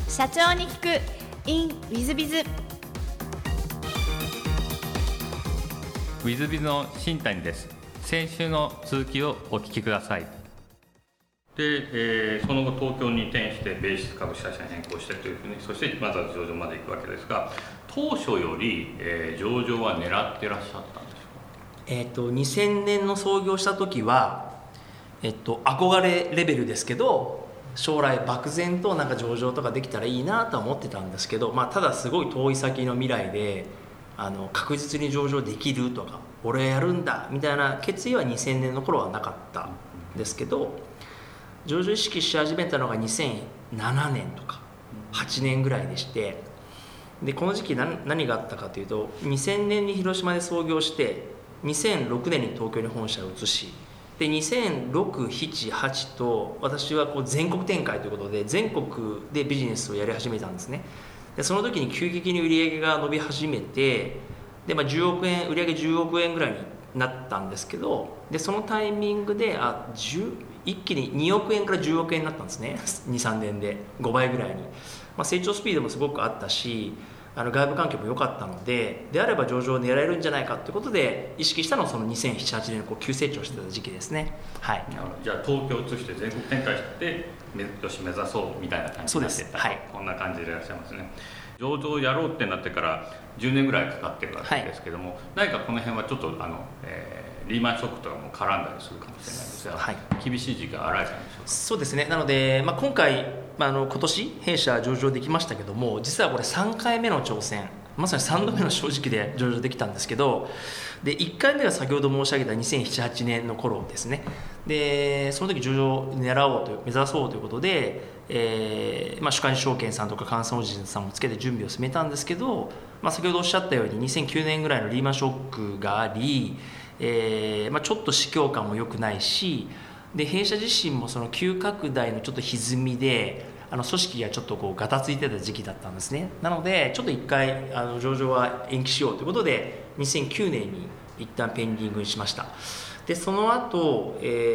社長に聞く in ウィズビズ。 ウィズビズの新谷です。先週の続きをお聞きください。で、その後東京に移転してベーシス株式会社に変更してというふうに、そしてまずは上場まで行くわけですが、当初より、上場は狙ってらっしゃったんですか ？2000年の創業した時は、憧れレベルですけど、将来漠然となんか上場とかできたらいいなとは思ってたんですけど、ただすごい遠い先の未来で確実に上場できるとか俺やるんだみたいな決意は2000年の頃はなかったんですけど、上場意識し始めたのが2007年とか8年ぐらいでして、でこの時期何があったかというと、2000年に広島で創業して2006年に東京に本社を移し、で2006、7、8と私はこう全国展開ということで全国でビジネスをやり始めたんですね。でその時に急激に売上が伸び始めて、で、10億円売上10億円ぐらいになったんですけど、でそのタイミングで一気に2億円から10億円になったんですね。2、3年で5倍ぐらいに、成長スピードもすごくあったし、外部環境も良かったので、であれば上場を狙えるんじゃないかということで意識したのはその2007、8年の急成長してた時期ですね。はい。 じゃあ東京を移して全国展開してよし目指そうみたいな感じになっていった、はい、こんな感じでいらっしゃいますね。上場をやろうってなってから10年ぐらいかかってるわけですけども、何かこの辺はちょっとリーマンショックとかも絡んだりするかもしれないんですが、はい、厳しい時期があられたんでしょうか？ そうですね。なので、今回、今年弊社上場できましたけども、実はこれ3回目の挑戦、まさに3度目の正直で上場できたんですけど、で1回目が先ほど申し上げた2007、8年の頃ですね。でその時上場を狙おうと目指そうということで、主幹証券さんとか関西法人さんをつけて準備を進めたんですけど、先ほどおっしゃったように2009年ぐらいのリーマンショックがあり、ちょっと市況感も良くないし、で弊社自身もその急拡大のちょっと歪みで組織がちょっとこうガタついてた時期だったんですね。なのでちょっと一回上場は延期しようということで2009年に一旦ペンディングにしました。でその後、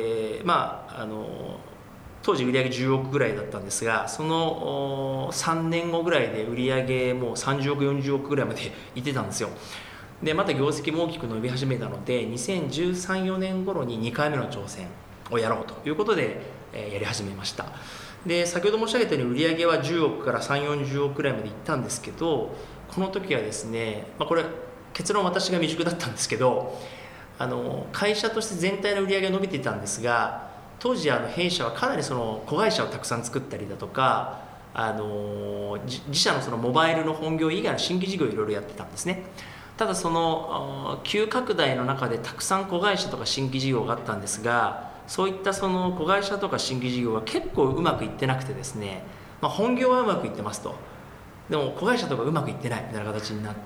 当時売上10億ぐらいだったんですが、その3年後ぐらいで売上もう30億40億ぐらいまでいってたんですよ。でまた業績も大きく伸び始めたので2013、4年頃に2回目の挑戦をやろうということで、やり始めました。で先ほど申し上げたように売上は10億から3、40億くらいまでいったんですけど、この時はですね、これ結論私が未熟だったんですけど、会社として全体の売上が伸びていたんですが、当時弊社はかなりその子会社をたくさん作ったりだとか、自社のそのモバイルの本業以外の新規事業をいろいろやってたんですね。ただその急拡大の中でたくさん子会社とか新規事業があったんですが、そういったその子会社とか新規事業は結構うまくいってなくてですね、本業はうまくいってますと、でも子会社とかうまくいってないみたいな形になって、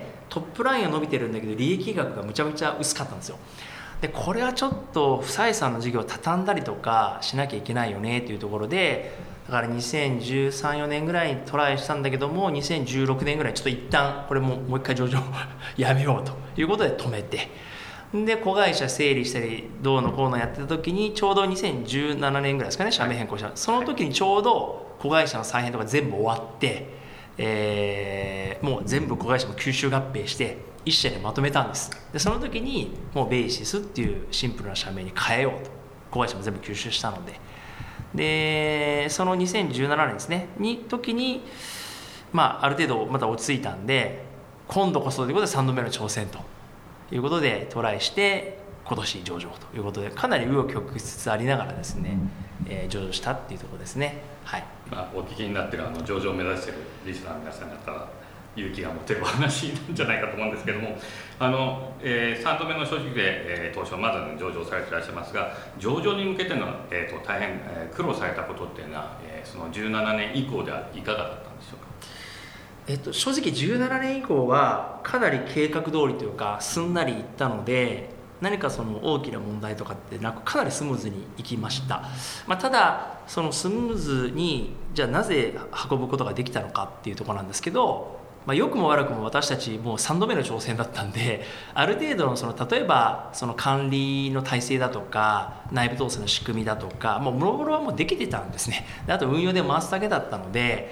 トップラインは伸びてるんだけど利益額がむちゃむちゃ薄かったんですよ。でこれはちょっと不採算の事業を畳んだりとかしなきゃいけないよねというところで、だから2013、4年ぐらいにトライしたんだけども、2016年ぐらいちょっと一旦これもう一回上場やめようということで止めて、で子会社整理したりどうのこうのやってた時に、ちょうど2017年ぐらいですかね、社名変更した、その時にちょうど子会社の再編とか全部終わって、もう全部子会社も吸収合併して一社でまとめたんです。でその時にもうベーシスっていうシンプルな社名に変えようと、子会社も全部吸収したので、でその2017年ですね時に、ある程度また落ち着いたんで、今度こそということで3度目の挑戦ということでトライして今年上場ということで、かなり紆余曲折ありながらですね、上場したっていうところですね。はい。 お聞きになっている上場を目指しているリスナーの皆さん方は勇気が持てるお話なんじゃないかと思うんですけども、3度目の正直で、当初まず上場されていらっしゃいますが、上場に向けての、大変、苦労されたことっていうのは、その17年以降ではいかがだったんでしょうか？ 正直17年以降はかなり計画通りというかすんなりいったので、何かその大きな問題とかってなくかなりスムーズにいきました。ただそのスムーズにじゃあなぜ運ぶことができたのかっていうところなんですけど、良くも悪くも私たちもう3度目の挑戦だったんで、ある程度の例えばその管理の体制だとか内部統制の仕組みだとかもろもろはもうできてたんですね。であと運用で回すだけだったので、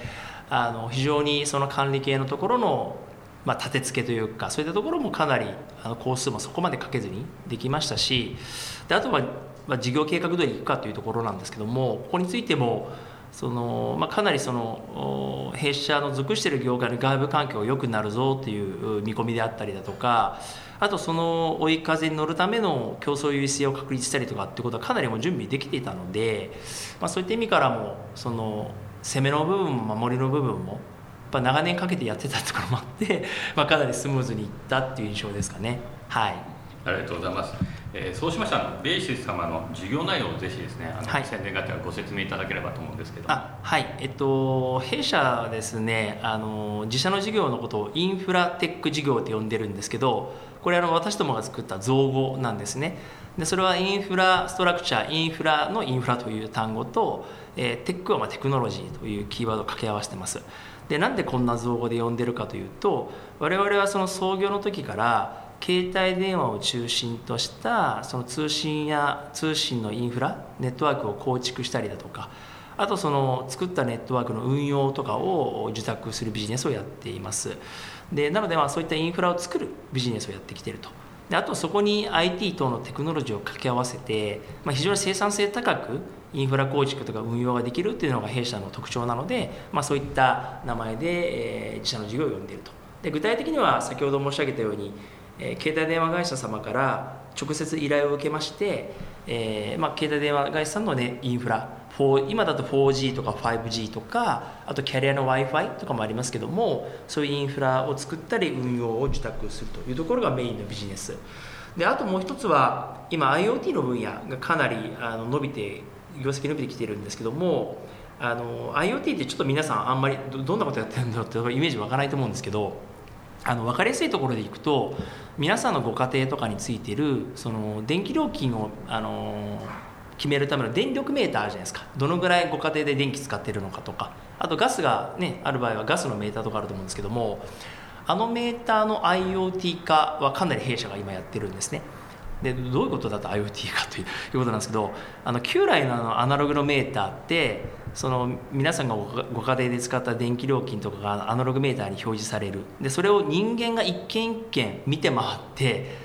非常にその管理系のところの、立て付けというか、そういったところもかなり工数もそこまでかけずにできましたし、であとは、事業計画通りいくかというところなんですけども、ここについてもかなり弊社の属している業界の外部環境が良くなるぞという見込みであったりだとか、あとその追い風に乗るための競争優位性を確立したりとかっていうことはかなりもう準備できていたので、そういった意味からも攻めの部分も守りの部分も長年かけてやってたところもあってかなりスムーズにいったっていう印象ですかね。はい、 ありがとうございます。そうしましたらベイシス様の事業内容をぜひですねはい、 宣伝がてらご説明いただければと思うんですけど。 はい、弊社はですね自社の事業のことをインフラテック事業って呼んでるんですけど、これ私どもが作った造語なんですね。でそれはインフラストラクチャー、インフラのインフラという単語と、テックはテクノロジーというキーワードを掛け合わせてます。でなんでこんな造語で呼んでるかというと、我々はその創業の時から携帯電話を中心としたその通信のインフラネットワークを構築したりだとか、あと作ったネットワークの運用とかを受託するビジネスをやっています。でなのでそういったインフラを作るビジネスをやってきていると。であとそこに IT 等のテクノロジーを掛け合わせて、非常に生産性高くインフラ構築とか運用ができるっていうのが弊社の特徴なので、そういった名前で、自社の事業を呼んでいると。で具体的には先ほど申し上げたように、携帯電話会社様から直接依頼を受けまして、携帯電話会社さんの、インフラ今だと 4G とか 5G とか、あとキャリアの Wi-Fi とかもありますけども、そういうインフラを作ったり運用を受託するというところがメインのビジネスで、あともう一つは今 IoT の分野がかなり業績伸びてきているんですけども、IoT ってちょっと皆さんあんまりどんなことやってるんだろうってイメージ湧かないと思うんですけど、分かりやすいところでいくと、皆さんのご家庭とかについている電気料金を決めるための電力メーターあるじゃないですか。どのぐらいご家庭で電気使ってるのかとか、あとガスがある場合はガスのメーターとかあると思うんですけども、メーターの IoT 化はかなり弊社が今やってるんですね。でどういうことだと IoT かということなんですけど、旧来のアナログのメーターって皆さんがご家庭で使った電気料金とかがアナログメーターに表示される。でそれを人間が一軒一軒見て回って、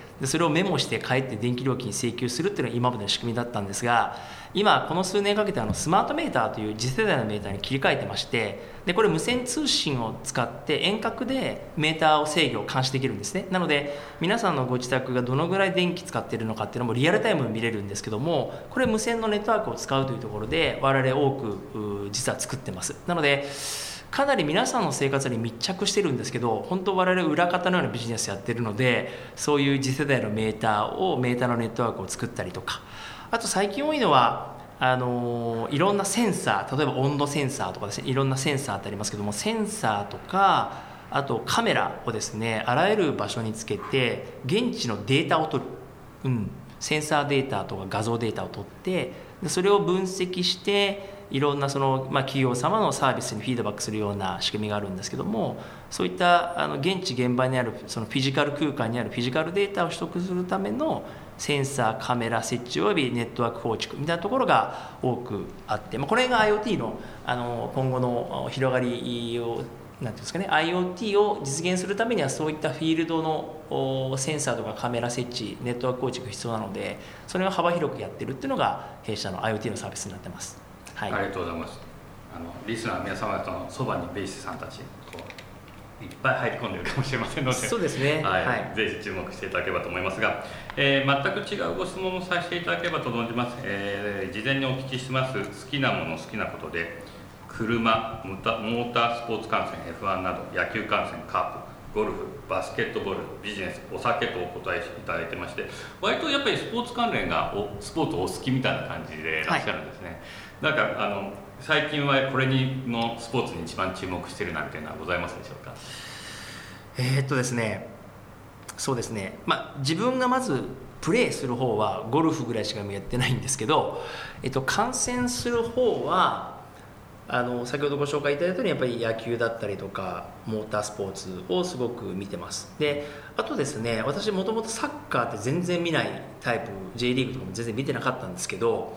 でそれをメモして帰って電気料金請求するっていうのが今までの仕組みだったんですが、今この数年かけてスマートメーターという次世代のメーターに切り替えてまして、でこれ無線通信を使って遠隔でメーターを制御監視できるんですね。なので皆さんのご自宅がどのぐらい電気使っているのかっていうのもリアルタイムに見れるんですけども、これ無線のネットワークを使うというところで我々多く実は作ってます。なのでかなり皆さんの生活に密着してるんですけど、本当我々裏方のようなビジネスやってるので、そういう次世代のメーターのネットワークを作ったりとか、あと最近多いのはいろんなセンサー、例えば温度センサーとかですね、いろんなセンサーってありますけども、センサーとかあとカメラをですね、あらゆる場所につけて現地のデータを取る、センサーデータとか画像データを取って、でそれを分析していろんな企業様のサービスにフィードバックするような仕組みがあるんですけども、そういった現地現場にあるフィジカル空間にあるフィジカルデータを取得するためのセンサー、カメラ設置およびネットワーク構築みたいなところが多くあって、これが IoT の今後の広がりをなんていうんですかね、 IoT を実現するためにはそういったフィールドのセンサーとかカメラ設置、ネットワーク構築必要なので、それを幅広くやってるっていうのが弊社の IoT のサービスになってます。はい、 ありがとうございます。リスナーの皆様方のそばにベイシスさんたちいっぱい入り込んでるかもしれませんので、 そうですね、 ぜひ注目していただければと思いますが、全く違うご質問をさせていただければと存じます。事前にお聞きします。好きなもの、好きなことで車、モータースポーツ観戦、F1 など野球観戦、カープ、ゴルフ、バスケットボール、ビジネス、お酒とお答えいただいてまして、割とやっぱりスポーツ関連がスポーツお好きみたいな感じでいらっしゃるんですね。なんか最近はこれのスポーツに一番注目しているなんていうのはございますでしょうか。 ですね、そうですね、自分がまずプレーする方はゴルフぐらいしかやってないんですけど、観戦する方は先ほどご紹介いただいたようにやっぱり野球だったりとかモータースポーツをすごく見てます。であとですね、私もともとサッカーって全然見ないタイプ、 J リーグとかも全然見てなかったんですけど、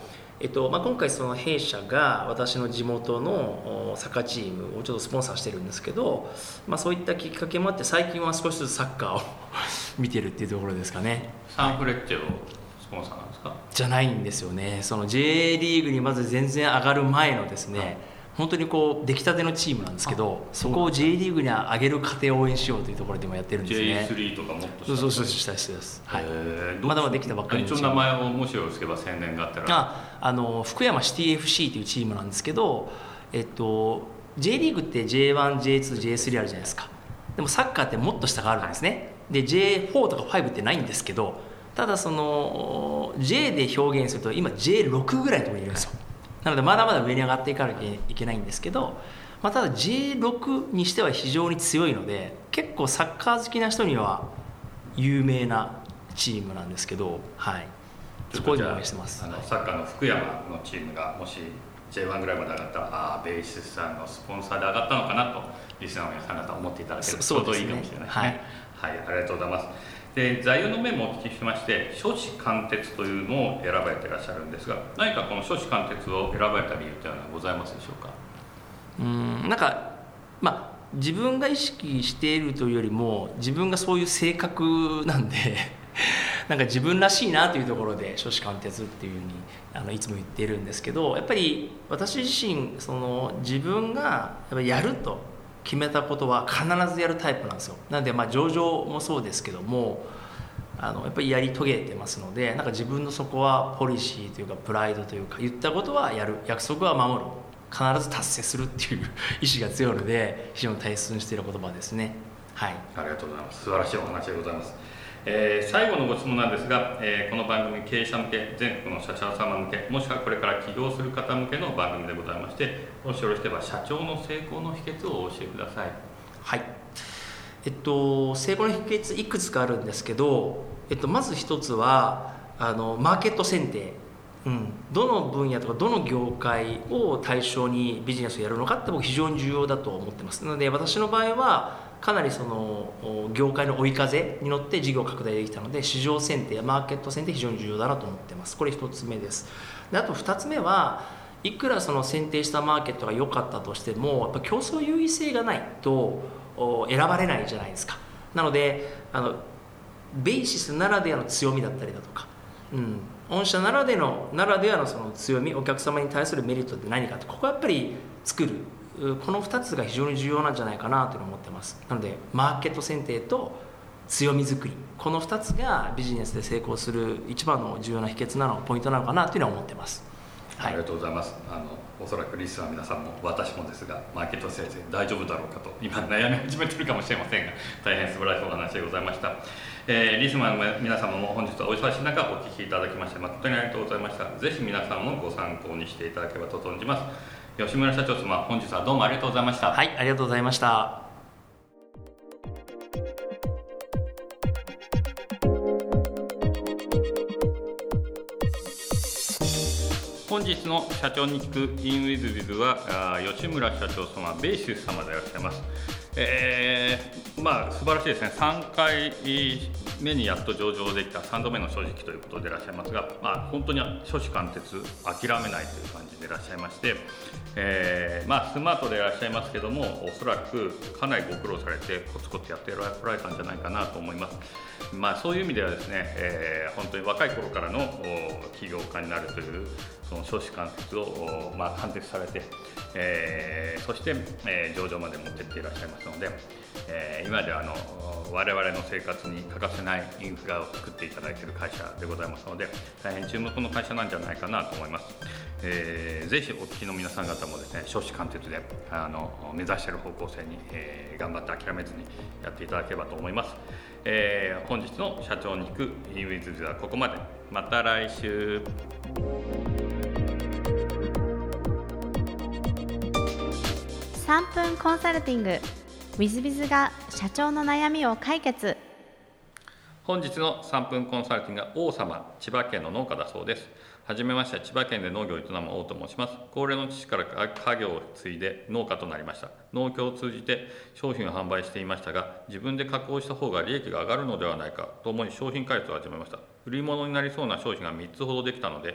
今回その弊社が私の地元のサッカーチームをちょっとスポンサーしてるんですけど、そういったきっかけもあって最近は少しずつサッカーを見てるっていうところですかね。 サンフレッチェのスポンサーなんですか？ じゃないんですよね。その J リーグにまず全然上がる前のですね、本当に出来たてのチームなんですけど、そこを J リーグに上げる過程を応援しようというところでもやってるんですね。 J3 とかもっとそうしたいです、はい、まだまだできたばっかりの一応名前をもしよろしければ宣伝があったら。 福山シティ FC というチームなんですけど、J リーグって J1、J2、J3 あるじゃないですか。でもサッカーってもっと下があるんですね。で J4 とか5ってないんですけど、ただその J で表現すると今 J6 ぐらいのところにいるんですよ。なのでまだまだ上に上がっていかなきゃいけないんですけど、ただ J6 にしては非常に強いので、結構サッカー好きな人には有名なチームなんですけど、はい、そこで応援してます。 サッカーの福山のチームがもし J1 ぐらいまで上がったら、ベイシスさんのスポンサーで上がったのかなとリスナーの皆さん方思っていただけるとちょうどいいかもしれないですね。はい、ありがとうございます。で、座右の銘もお聞きしまして、初志貫徹というのを選ばれていらっしゃるんですが、何かこの初志貫徹を選ばれた理由というのはございますでしょうか？ 自分が意識しているというよりも、自分がそういう性格なんで自分らしいなというところで初志貫徹っていうふうにいつも言っているんですけど、やっぱり私自身自分がやっぱりやると決めたことは必ずやるタイプなんですよ。なので上場もそうですけども、やっぱりやり遂げてますので、自分のそこはポリシーというかプライドというか、言ったことはやる、約束は守る、必ず達成するっていう意志が強いので、非常に大切にしている言葉ですね。はい、 ありがとうございます。素晴らしいお話でございます。最後のご質問なんですが、この番組経営者向け、全国の社長様向け、もしくはこれから起業する方向けの番組でございまして、もしよろしければ社長の成功の秘訣をお教えください。 はい、成功の秘訣いくつかあるんですけど、まず一つはマーケット選定、どの分野とかどの業界を対象にビジネスをやるのかって僕非常に重要だと思ってます。なので私の場合はかなりその業界の追い風に乗って事業を拡大できたので、市場選定やマーケット選定非常に重要だなと思ってます。これ一つ目です。で、あと二つ目はいくらその選定したマーケットが良かったとしても、やっぱ競争優位性がないと選ばれないじゃないですか。なのでベーシスならではの強みだったりだとか、御社ならではのその強み、お客様に対するメリットって何かって、ここはやっぱり作る、この2つが非常に重要なんじゃないかなと思ってます。なのでマーケット選定と強み作り、この2つがビジネスで成功する一番の重要な秘訣なのポイントなのかなというのは思ってます。 ありがとうございます。おそらくリスナーの皆さんも私もですが、マーケット選定大丈夫だろうかと今悩み始めているかもしれませんが、大変素晴らしいお話でございました。リスナーの皆様も本日はお忙しい中お聞きいただきまして誠にありがとうございました。ぜひ皆さんもご参考にしていただければと存じます。吉村社長様、本日はどうもありがとうございました。 はい、ありがとうございました。 本日の社長に聞く In with Biz は吉村社長様、ベーシス様でいらっしゃいます。素晴らしいですね。3回目にやっと上場できた3度目の正直ということでいらっしゃいますが、本当に初志貫徹、諦めないという感じでいらっしゃいまして、スマートでいらっしゃいますけども、おそらくかなりご苦労されてコツコツやってこられたんじゃないかなと思います。そういう意味ではですね、本当に若い頃からの起業家になるというその初志貫徹を貫徹されて、そして、上場まで持っていっていらっしゃいますので、今では我々の生活に欠かせないインフラを作っていただいている会社でございますので、大変注目の会社なんじゃないかなと思います。ぜひお聞きの皆さん方もですね、初志貫徹で目指している方向性に、頑張って諦めずにやっていただければと思います。本日の社長に聞く In with Biz はここまで。また来週。 3分コンサルティング WithBiz が社長の悩みを解決。 本日の3分コンサルティングは王様、千葉県の農家だそうです。はじめまして、千葉県で農業を営む王と申します。高齢の父から家業を継いで農家となりました。農協を通じて商品を販売していましたが、自分で加工した方が利益が上がるのではないかと思い商品開発を始めました。売り物になりそうな商品が3つほどできたので、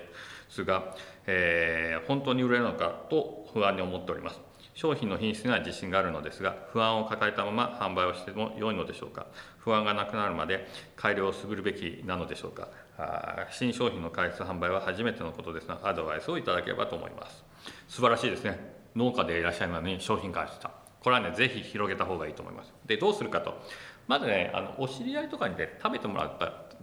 ですが、本当に売れるのかと不安に思っております。商品の品質には自信があるのですが、不安を抱えたまま販売をしても良いのでしょうか。不安がなくなるまで改良をするべきなのでしょうか。新商品の開発販売は初めてのことですが、アドバイスをいただければと思います。素晴らしいですね。農家でいらっしゃるのに商品開発した。これはね、ぜひ広げた方がいいと思います。で、どうするかと。まずね、お知り合いとかにね、食べてもらった、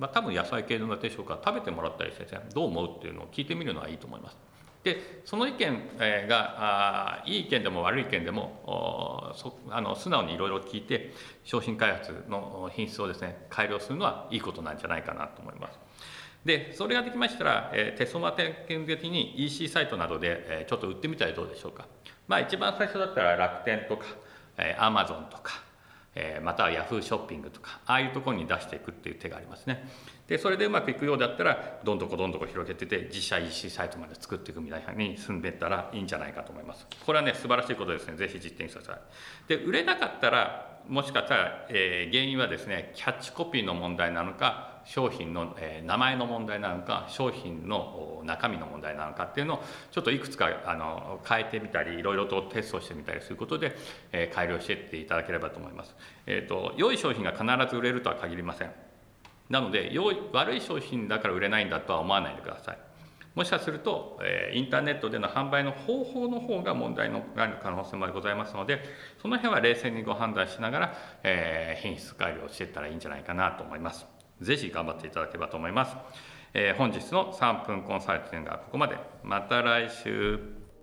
多分野菜系のでしょうか、食べてもらったりして、どう思うっていうのを聞いてみるのはいいと思います。で、その意見がいい意見でも悪い意見でも素直にいろいろ聞いて、商品開発の品質をですね、改良するのはいいことなんじゃないかなと思います。で、それができましたら、テストマーケティング的に EC サイトなどで、ちょっと売ってみたらどうでしょうか。一番最初だったら楽天とか、Amazon とか、または Yahoo ショッピングとか、ああいうところに出していくっていう手がありますね。で、それでうまくいくようだったら、どんどこ広げてて、自社 EC サイトまで作っていくみたいに進んでいったらいいんじゃないかと思います。これはね、素晴らしいことですね。ぜひ実践してください。で、売れなかったら、もしかしたら、原因はですね、キャッチコピーの問題なのか、商品の、名前の問題なのか、商品の中身の問題なのかっていうのをちょっといくつか変えてみたり、いろいろとテストしてみたりすることで、改良していっていただければと思います。良い商品が必ず売れるとは限りません。なので悪い商品だから売れないんだとは思わないでください。もしかすると、インターネットでの販売の方法の方が問題のある可能性もございますので、その辺は冷静にご判断しながら、品質改良していったらいいんじゃないかなと思います。ぜひ頑張っていただければと思います。本日の3分コンサルティングはここまで。また来週。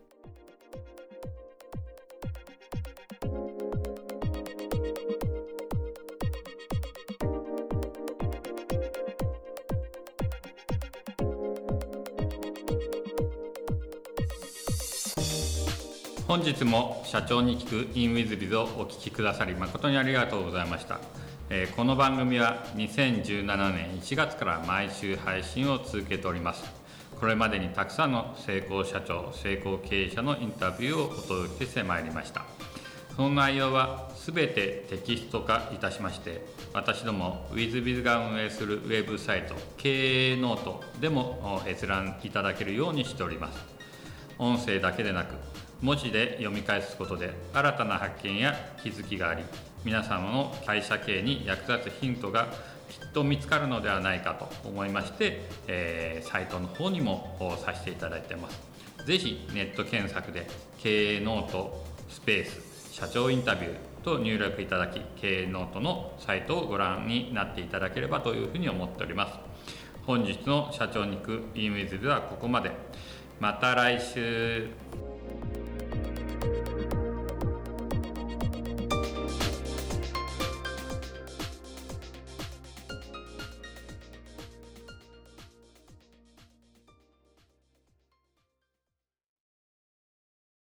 本日も社長に聞く InWithBiz をお聞きくださり誠にありがとうございました。この番組は2017年1月から毎週配信を続けております。これまでにたくさんの成功社長、成功経営者のインタビューをお届けしてまいりました。その内容はすべてテキスト化いたしまして、私ども WithBiz が運営するウェブサイト経営ノートでも閲覧いただけるようにしております。音声だけでなく文字で読み返すことで新たな発見や気づきがあり、皆様の会社経営に役立つヒントがきっと見つかるのではないかと思いまして、サイトの方にもさせていただいています。ぜひネット検索で経営ノートスペース社長インタビューと入力いただき、経営ノートのサイトをご覧になっていただければというふうに思っております。本日の社長に行く InWithBiz はここまで。また来週。